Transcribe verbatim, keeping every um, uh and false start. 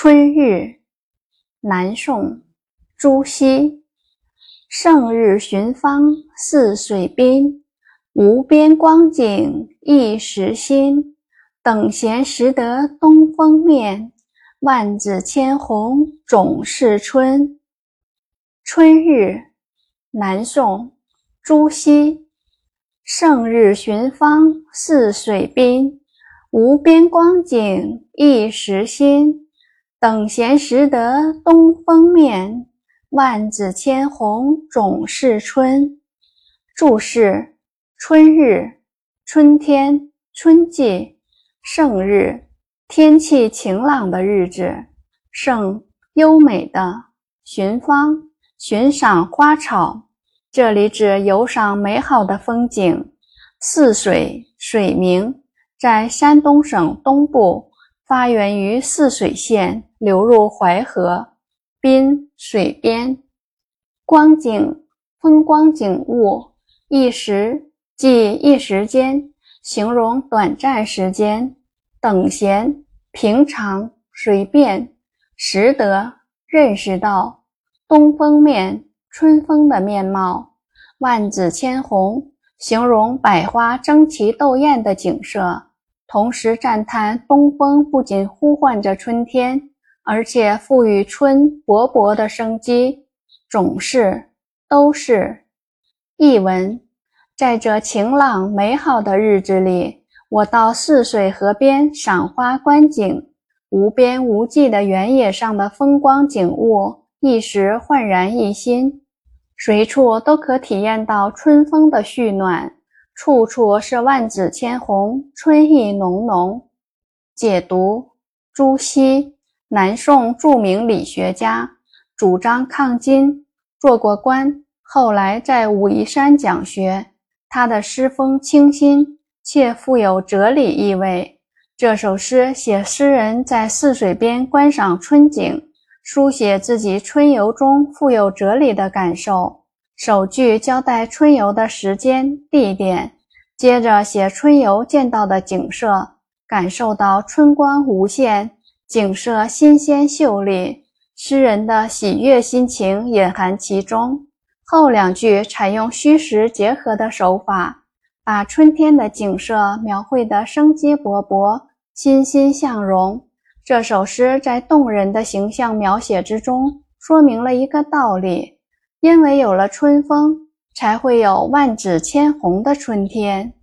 春日，南宋，朱熹。胜日寻芳泗水滨，无边光景一时新。等闲识得东风面，万紫千红总是春。春日，南宋，朱熹。胜日寻芳泗水滨，无边光景一时新。等闲识得东风面，万紫千红总是春。注释：春日，春天，春季；胜日，天气晴朗的日子；胜，优美的；寻芳，寻赏花草。这里指游赏美好的风景。泗水，水名，在山东省东部，发源于泗水县，流入淮河。滨，水边。光景，风光景物。一时，即一时间，形容短暂时间。等闲，平常，随便。识得，认识到。东风面，春风的面貌。万紫千红，形容百花争奇斗艳的景色，同时赞叹东风不仅呼唤着春天，而且赋予春勃勃的生机。总是，都是。译文：在这晴朗美好的日子里，我到泗水河边赏花观景，无边无际的原野上的风光景物一时焕然一新，随处都可体验到春风的煦暖，处处是万紫千红，春意浓浓。解读：朱熹，南宋著名理学家，主张抗金，做过官，后来在武夷山讲学。他的诗风清新，且富有哲理意味。这首诗写诗人在泗水边观赏春景，书写自己春游中富有哲理的感受。首句交代春游的时间、地点，接着写春游见到的景色，感受到春光无限，景色新鲜秀丽，诗人的喜悦心情隐含其中。后两句采用虚实结合的手法，把春天的景色描绘得生机勃勃，欣欣向荣。这首诗在动人的形象描写之中，说明了一个道理：因为有了春风，才会有万紫千红的春天。